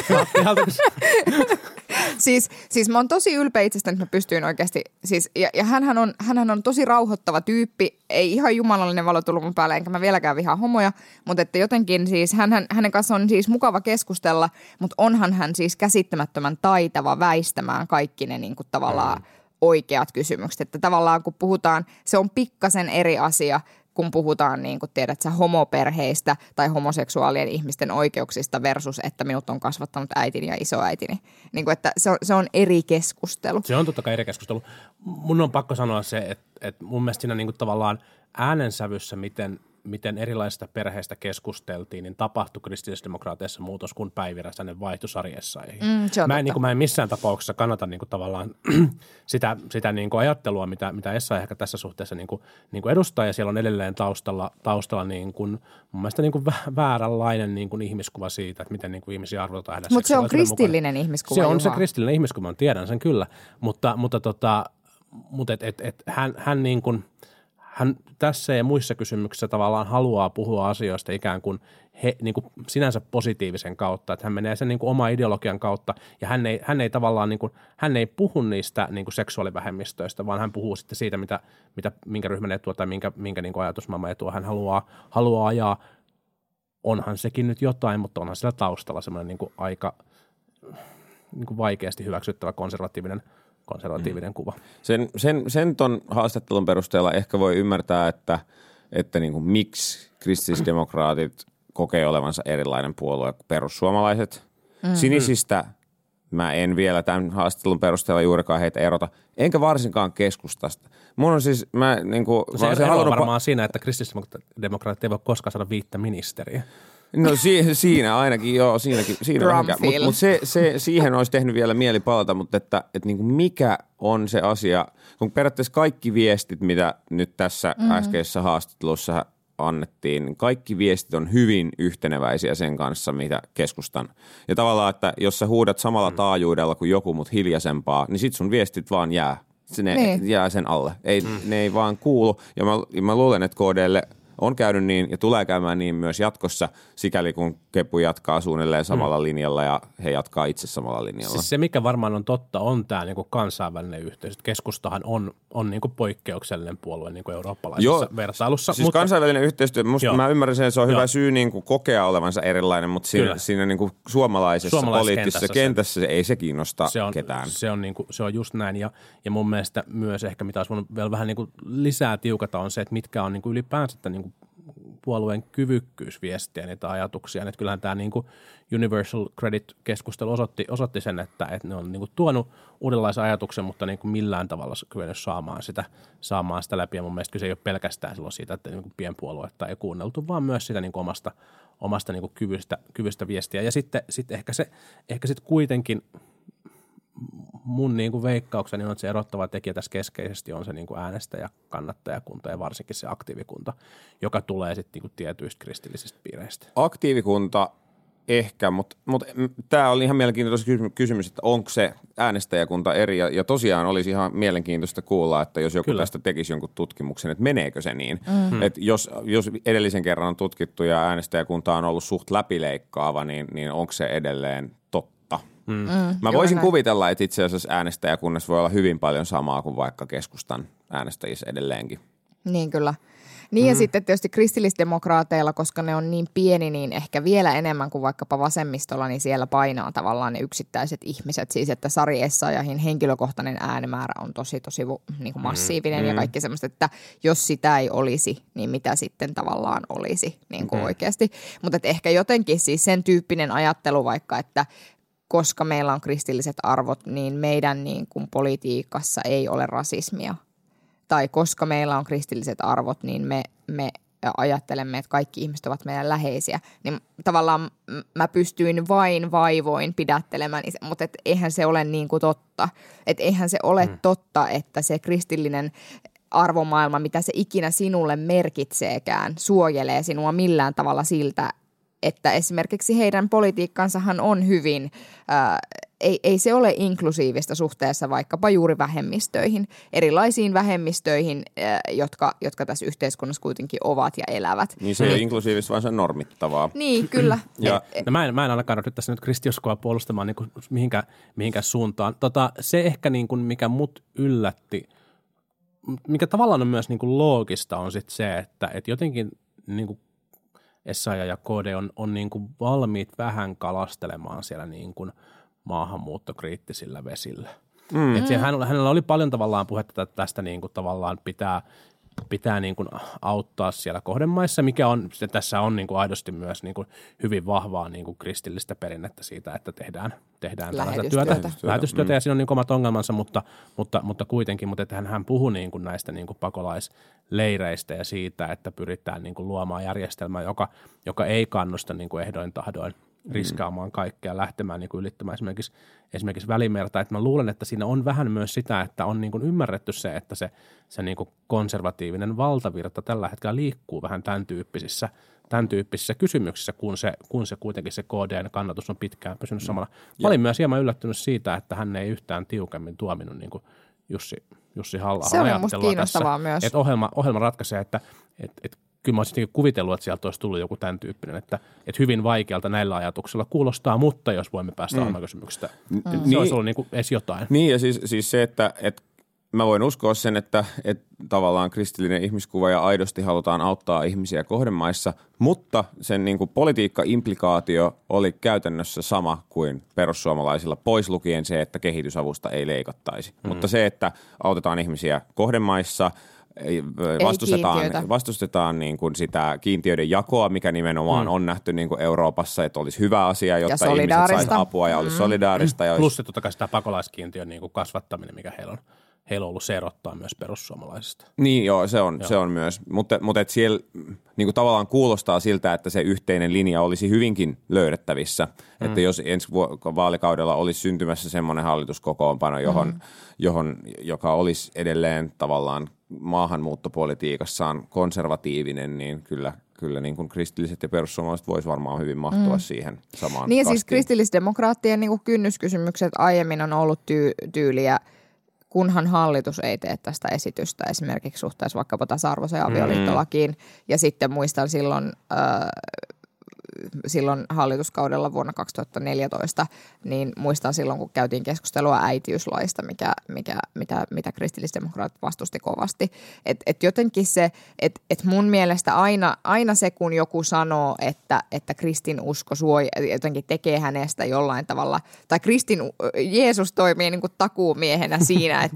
Siis mä oon tosi ylpeä itsestäni, että mä pystyin oikeasti, ja hänhän on tosi rauhoittava tyyppi, ei ihan jumalallinen valo tullut mun päälle, enkä mä vieläkään vihaa homoja, mutta että jotenkin siis hänen kanssaan on siis mukava keskustella, mutta onhan hän siis käsittämättömän taitava väistämään kaikki ne niin kuin tavallaan oikeat kysymykset, että tavallaan kun puhutaan, se on pikkasen eri asia kun puhutaan niin kuin tiedät sä homoperheistä tai homoseksuaalien ihmisten oikeuksista versus, että minut on kasvattanut äitini ja isoäitini. Niin kuin, että se on eri keskustelu. Se on totta kai eri keskustelu. Mun on pakko sanoa se, että mun mielestä siinä niin kuin tavallaan äänensävyssä, miten erilaisista perheistä keskusteltiin, niin tapahtui kristillisdemokraateissa muutos, kun Päivi Räsänen vaihtui Sari Essayahtiin. Mä en missään tapauksessa kannata niin kuin tavallaan sitä niin kuin ajattelua, mitä Essayah ehkä tässä suhteessa niin kuin edustaa, ja siellä on edelleen taustalla niin kuin, mun mielestä niin kuin vääränlainen niin kuin ihmiskuva siitä, että miten niin kuin ihmisiä arvotetaan. Mutta se on kristillinen ihmiskuva. Se on se kristillinen ihmiskuva, tiedän sen kyllä, mutta hän niin kuin hän tässä ja muissa kysymyksissä tavallaan haluaa puhua asioista ikään kuin niin kuin sinänsä positiivisen kautta, että hän menee sen niin kuin oma ideologian kautta ja hän ei tavallaan niin kuin, hän ei puhu niistä niin kuin seksuaalivähemmistöistä, vaan hän puhuu sitten siitä, minkä ryhmän etua tai minkä niin kuin ajatusmaailman etua hän haluaa ajaa. Onhan sekin nyt jotain, mutta onhan sillä taustalla semmoinen niin kuin aika niin kuin vaikeasti hyväksyttävä konservatiivinen kuva. Sen ton haastattelun perusteella ehkä voi ymmärtää, että niin kuin miksi kristillisdemokraatit kokee olevansa erilainen puolue kuin perussuomalaiset. Sinisistä mä en vielä tämän haastattelun perusteella juurikaan heitä erota, enkä varsinkaan keskustasta. Mun on siis, mä niinku... Se ero varmaan siinä, että kristillisdemokraatit ei voi koskaan saada 5 ministeriä. No siinä ainakin, joo, siinä mutta siihen olisi tehnyt vielä mieli palata, mutta että niin kuin mikä on se asia, kun periaatteessa kaikki viestit, mitä nyt tässä äskeisessä haastattelussa annettiin, niin kaikki viestit on hyvin yhteneväisiä sen kanssa, mitä keskustan. Ja tavallaan, että jos sä huudat samalla taajuudella kuin joku, mutta hiljaisempaa, niin sit sun viestit vaan jää. Ne jää sen alle. Ne ei vaan kuulu. Ja mä luulen, että KD:lle on käynyt niin ja tulee käymään niin myös jatkossa, sikäli kun Kepu jatkaa suunnilleen samalla linjalla ja he jatkaa itse samalla linjalla. Siis se, mikä varmaan on totta, on tämä niinku kansainvälinen yhteys. Keskustahan on niinku poikkeuksellinen puolue niinku eurooppalaisessa vertailussa. Siis kansainvälinen yhteistyö, mä ymmärrän sen, että se on hyvä syy niinku kokea olevansa erilainen, mutta siinä niinku suomalaisessa poliittisessa kentässä ei se kiinnosta ketään. Se on just näin ja mun mielestä myös ehkä mitä olisi voinut vielä vähän niinku lisää tiukata on se, että mitkä on niinku ylipäänsä niinku puolueen kyvykkyys viestiä niitä ajatuksia. Että kyllähän tämä niin kuin Universal Credit-keskustelu osoitti sen, että ne on niin kuin tuonut uudenlaisen ajatuksen, mutta niin kuin millään tavalla kyennyt saamaan sitä läpi. Ja mun mielestä kyse ei ole pelkästään silloin siitä, että niin kuin pienpuoluetta ei kuunneltu, vaan myös sitä niin kuin omasta niin kuin kyvystä viestiä. Ja sitten ehkä sitten kuitenkin mun niin kuin veikkaukseni on, että se erottava tekijä tässä keskeisesti on se niin kuin äänestäjä, kannattajakunta ja varsinkin se aktiivikunta, joka tulee sitten niin kuin tietyistä kristillisistä piireistä. Aktiivikunta ehkä, mutta tämä oli ihan mielenkiintoinen kysymys, että onko se äänestäjäkunta eri ja tosiaan olisi ihan mielenkiintoista kuulla, että jos joku tästä tekisi jonkun tutkimuksen, että meneekö se niin. Että jos edellisen kerran on tutkittu ja äänestäjäkunta on ollut suht läpileikkaava, niin onko se edelleen totta? Mä voisin kuvitella, että itse asiassa äänestäjäkunnassa voi olla hyvin paljon samaa kuin vaikka keskustan äänestäjissä edelleenkin. Niin kyllä. Niin ja sitten tietysti kristillisdemokraateilla, koska ne on niin pieni, niin ehkä vielä enemmän kuin vaikkapa vasemmistolla, niin siellä painaa tavallaan ne yksittäiset ihmiset. Siis että Sari Essayahin henkilökohtainen äänimäärä on tosi niin kuin massiivinen ja kaikki semmoista, että jos sitä ei olisi, niin mitä sitten tavallaan olisi niin kuin oikeasti. Mutta ehkä jotenkin siis sen tyyppinen ajattelu vaikka, että koska meillä on kristilliset arvot, niin meidän niin kuin politiikassa ei ole rasismia. Tai koska meillä on kristilliset arvot, niin me ajattelemme, että kaikki ihmiset ovat meidän läheisiä. Niin tavallaan mä pystyin vain vaivoin pidättelemään, mutta eihän se ole niin kuin totta. Että eihän se ole totta, että se kristillinen arvomaailma, mitä se ikinä sinulle merkitseekään, suojelee sinua millään tavalla siltä, että esimerkiksi heidän politiikkansahan on hyvin, ei se ole inklusiivista suhteessa vaikkapa juuri vähemmistöihin, erilaisiin vähemmistöihin, jotka tässä yhteiskunnassa kuitenkin ovat ja elävät. Niin se ei ole inklusiivista, vaan se on normittavaa. Niin, kyllä. No mä en ainakaan nyt tässä nyt kristiuskoa puolustamaan niin kuin mihinkään suuntaan. Se ehkä niin kuin mikä mut yllätti, mikä tavallaan on myös niin kuin loogista on sitten se, että jotenkin niin kuin Essayah ja KD on niin kuin valmiit vähän kalastelemaan siellä niin kuin maahanmuuttokriittisillä vesillä. Hänellä oli paljon tavallaan puhetta tästä niin kuin tavallaan pitää niin kuin auttaa siellä kohdemaissa, mikä on, tässä on niin kuin aidosti myös niin kuin hyvin vahvaa niin kuin kristillistä perinnettä siitä, että tehdään lähetystyötä ja siinä on niin omat ongelmansa, mutta kuitenkin, mutta että hän puhuu niin kuin näistä niin kuin pakolaisleireistä ja siitä, että pyritään niin kuin luomaan järjestelmää, joka ei kannusta niin kuin ehdoin tahdoin riskaamaan kaikkea, lähtemään niin kuin ylittämään esimerkiksi Välimerta. Että mä luulen, että siinä on vähän myös sitä, että on niin kuin ymmärretty se, että se niin kuin konservatiivinen valtavirta tällä hetkellä liikkuu vähän tämän tyyppisissä kysymyksissä, kun se kuitenkin se KD:n kannatus on pitkään pysynyt samalla. Mä olin myös hieman yllättynyt siitä, että hän ei yhtään tiukemmin tuominut niin kuin Jussi Halla-ahon se oli ajattelua musta kiinnostavaa tässä, myös. että ohjelma ratkaisee, että kyllä mä olisin kuvitellut, että sieltä olisi tullut joku tämän tyyppinen, että hyvin vaikealta näillä ajatuksilla kuulostaa, mutta jos voimme päästä ohjelmakysymyksestä, se olisi ollut niin kuin edes jotain. Niin ja siis se, että mä voin uskoa sen, että tavallaan kristillinen ihmiskuva ja aidosti halutaan auttaa ihmisiä kohdemaissa, mutta sen niin kuin politiikka-implikaatio oli käytännössä sama kuin perussuomalaisilla, pois lukien se, että kehitysavusta ei leikattaisi. Mutta se, että autetaan ihmisiä kohdemaissa, vastustetaan niin kuin sitä kiintiöiden jakoa, mikä nimenomaan on nähty niin kuin Euroopassa, että olisi hyvä asia, jotta ihmiset saisi apua ja olisi solidaarista. Ja plus totta kai sitä pakolaiskiintiön niin kuin kasvattaminen, mikä heillä on ollut, se erottaa myös perussuomalaisista. Niin joo, se on myös, mutta et siellä niin kuin tavallaan kuulostaa siltä, että se yhteinen linja olisi hyvinkin löydettävissä, että jos ensi vaalikaudella olisi syntymässä semmoinen hallituskokoonpano, joka olisi edelleen tavallaan maahanmuuttopolitiikassaan konservatiivinen, niin kyllä niin kuin kristilliset ja perussuomalaiset vois varmaan hyvin mahtua siihen samaan Niin ja kastiin. siis kristillisdemokraattien niin kuin kynnyskysymykset aiemmin on ollut tyyliä, kunhan hallitus ei tee tästä esitystä esimerkiksi suhteessa vaikkapa tasa-arvoiseen avioliittolakiin. Ja sitten muistan silloin hallituskaudella vuonna 2014, niin muistan silloin, kun käytiin keskustelua äitiyslaista, mitä kristillisdemokraatit vastusti kovasti. Et jotenkin se, että mun mielestä aina se, kun joku sanoo, että kristinusko jotenkin tekee hänestä jollain tavalla, tai Jeesus toimii niin kuin takuumiehenä siinä,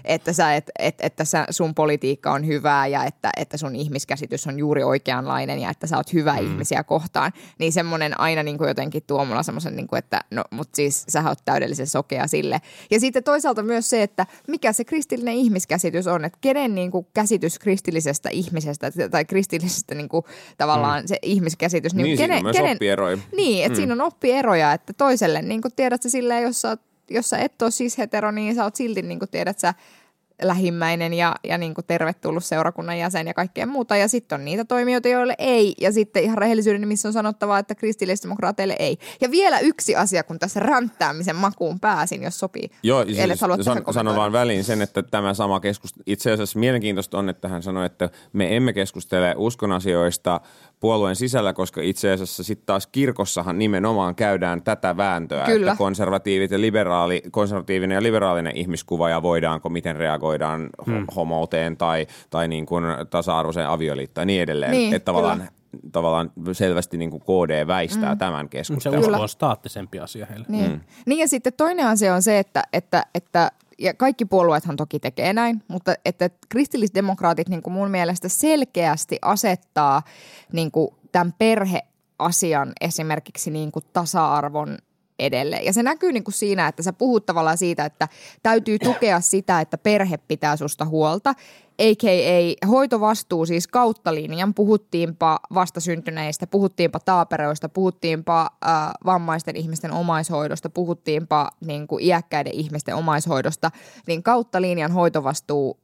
että sun politiikka on hyvää ja että sun ihmiskäsitys on juuri oikeanlainen ja että sä oot hyvä ihmisiä kohtaan, niin semmoinen aina niin kuin jotenkin tuo mulla semmoisen, niin kuin, että no, mutta siis sä oot täydellisen sokea sille. Ja sitten toisaalta myös se, että mikä se kristillinen ihmiskäsitys on, että kenen niin kuin käsitys kristillisestä ihmisestä tai kristillisestä niin kuin tavallaan se ihmiskäsitys. Niin siinä on myös oppieroja. Niin, että siinä on oppieroja, että toiselle niin kuin tiedät sä silleen, jos sä et ole siis hetero, niin sä oot silti niin kuin tiedät sä lähimmäinen ja niin kuin tervetullut seurakunnan jäsen ja kaikkea muuta. Ja sitten on niitä toimijoita, joille ei. Ja sitten ihan rehellisyyden nimissä on sanottavaa, että kristillisdemokraateille ei. Ja vielä yksi asia, kun tässä ränttäämisen makuun pääsin, jos sopii. Joo, siis sanon vaan väliin sen, että tämä sama keskustelu, itse asiassa mielenkiintoista on, että hän sanoi, että me emme keskustele uskon asioista puolueen sisällä, koska itse asiassa sitten taas kirkossahan nimenomaan käydään tätä vääntöä, Kyllä. että konservatiivinen ja liberaalinen ihmiskuva ja voidaanko, miten reagoidaan homouteen tai niin kuin tasa-arvoiseen avioliittoon ja niin edelleen. Niin, että tavallaan selvästi niin kuin KD väistää tämän keskustelun. Se usko on staattisempi asia heille. Niin ja sitten toinen asia on se, että ja kaikki puolueethan toki tekee näin, mutta että kristillisdemokraatit niin kuin mun mielestä selkeästi asettaa niin kuin tämän perheasian esimerkiksi niin kuin tasa-arvon edelle. Ja se näkyy niin kuin siinä, että sä puhut tavallaan siitä, että täytyy tukea sitä, että perhe pitää susta huolta, a.k.a. hoitovastuu siis kautta linjan, puhuttiinpa vastasyntyneistä, puhuttiinpa taaperoista, puhuttiinpa vammaisten ihmisten omaishoidosta, puhuttiinpa niin kuin iäkkäiden ihmisten omaishoidosta, niin kautta linjan hoitovastuu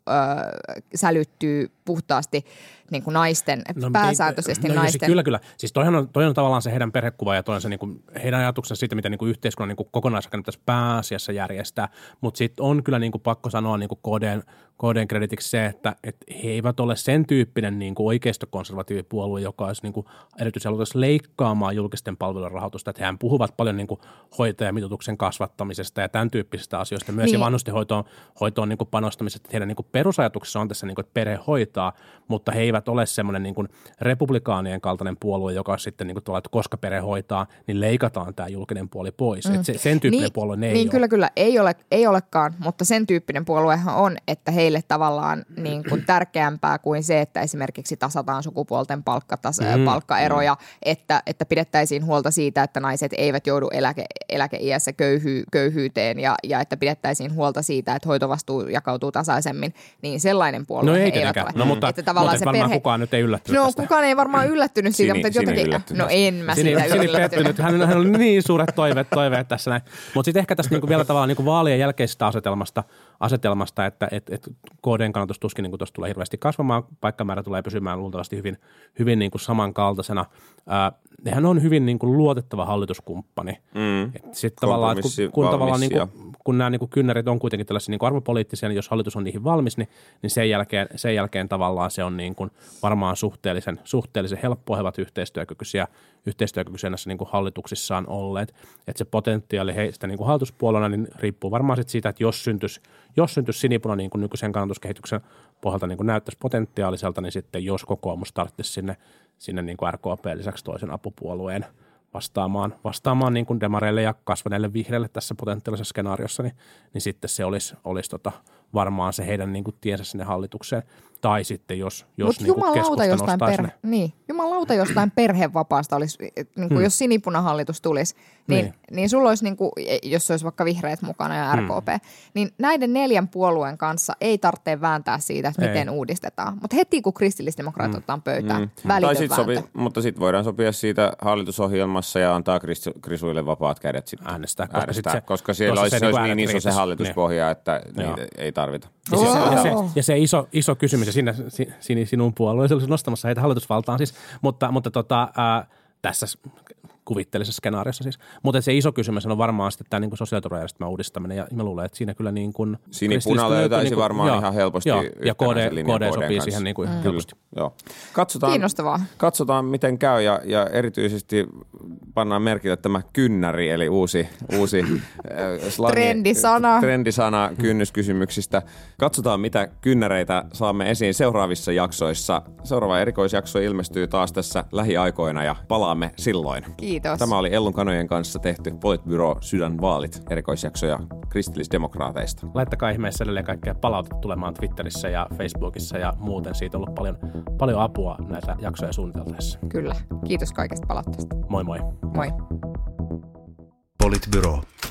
sälyttyy puhtaasti niin kuin naisten, pääsääntöisesti naisten. Kyllä. Siis toi on tavallaan se heidän perhekuva ja toi on se niin kuin heidän ajatuksensa siitä, mitä niin kuin yhteiskunnan niin kuin kokonaisrakenne pitäisi pääasiassa järjestää, mutta sitten on kyllä niin kuin pakko sanoa niin kuin KD:n kreditiksi se, että he eivät ole sen tyyppinen niin kuin oikeistokonservatiivipuolue, joka olisi niin kuin erityisesti haluttaisi leikkaamaan julkisten palvelujen rahoitusta. Että hehän puhuvat paljon niin kuin hoitajamitoituksen kasvattamisesta ja tämän tyyppisistä asioista myös ja vanhustenhoitoon niin kuin panostamisesta. Että heidän niin kuin perusajatuksessa on tässä, niin kuin, että perhe hoitaa, mutta he eivät ole semmoinen niin kuin republikaanien kaltainen puolue, joka sitten niin kuin tuolla, että koska perhe hoitaa, niin leikataan tämä julkinen puoli pois. Että sen tyyppinen puolue ne ei ole. Kyllä, ei olekaan, mutta sen tyyppinen puoluehan on, että heillä heille tavallaan niin kuin tärkeämpää kuin se, että esimerkiksi tasataan sukupuolten palkkaeroja, että pidettäisiin huolta siitä, että naiset eivät joudu eläkeiässä köyhyyteen ja että pidettäisiin huolta siitä, että hoitovastuu jakautuu tasaisemmin, niin sellainen puolue ei eivät tietenkään. ole. No mutta varmaan kukaan nyt ei yllättynyt tästä. Kukaan ei varmaan yllättynyt siitä, mutta jotenkin, en mä siitä yllättynyt. Hän oli niin suuret toiveet tässä näin. Mutta sitten ehkä tästä vielä tavallaan vaalien jälkeisestä asetelmasta, että KD:n kannatus tuskin niin tuossa tulee hirveästi kasvamaan, paikkamäärä tulee pysymään luultavasti hyvin niin kuin samankaltaisena. Nehän on hyvin niin kuin luotettava hallituskumppani. Sitten tavallaan, kun nämä niin kuin kynnerit on kuitenkin tällaisia niin kuin arvopoliittisia, niin jos hallitus on niihin valmis, niin sen jälkeen tavallaan se on niin kuin varmaan suhteellisen helppoa. He ovat yhteistyökykyisiä näissä niin kuin hallituksissaan olleet. Että se potentiaali heistä niin kuin hallituspuolella niin riippuu varmaan sit siitä, että jos syntyisi sinipuna niin kuin nykyisen kannatuskehityksen pohjalta niin kuin näyttäisi potentiaaliselta, niin sitten jos kokoomus tarvitsisi sinne niin kuin RKP lisäksi toisen apupuolueen vastaamaan niin kuin demareille ja kasvaneille vihreille tässä potentiaalisessa skenaariossa, niin sitten se olisi varmaan se heidän niin kuin tiensä sinne hallitukseen. Tai sitten jos niin kuin keskusta nostaisi ne. Niin, jumalauta jostain perhevapaasta olisi, niin kuin jos sinipunahallitus tulisi, niin sulla olisi, niin kuin, jos olisi vaikka vihreät mukana ja RKP, niin näiden 4 puolueen kanssa ei tarvitse vääntää siitä, että miten uudistetaan. Mutta heti kun kristillisdemokraatit otetaan pöytään, välitön vääntö. Mutta sitten voidaan sopia siitä hallitusohjelmassa ja antaa Krisuille vapaat kädet sitten äänestää, koska siellä olisi niin iso se hallituspohja, että niitä ei tarvita. Ja se iso kysymys, ja siinä sinun puolueesi olisi nostamassa heitä hallitusvaltaan siis, mutta tässä kuvitteellisessa skenaariossa siis. Mutta se iso kysymys on varmaan sitten tämä niin sosiaaliturvajärjestelmän uudistaminen, ja mä luulen, että siinä kyllä niin kuin sinipuna löytäisi varmaan ihan helposti ja KD sopii siihen niin kuin helposti. Joo. Kiinnostavaa. Katsotaan, miten käy, ja erityisesti pannaan merkille tämä kynnäri, eli uusi trendisana kynnyskysymyksistä. Katsotaan, mitä kynnäreitä saamme esiin seuraavissa jaksoissa. Seuraava erikoisjakso ilmestyy taas tässä lähiaikoina, ja palaamme silloin. Kiitos. Tämä oli Ellun Kanojen kanssa tehty Politbyro Sydänvaalit erikoisjaksoja kristillisdemokraateista. Laittakaa ihmeessä edelleen kaikkea palautetta tulemaan Twitterissä ja Facebookissa ja muuten. Siitä on ollut paljon apua näitä jaksoja suunniteltaessa. Kyllä. Kiitos kaikesta palautteesta. Moi moi. Moi. Politbyro.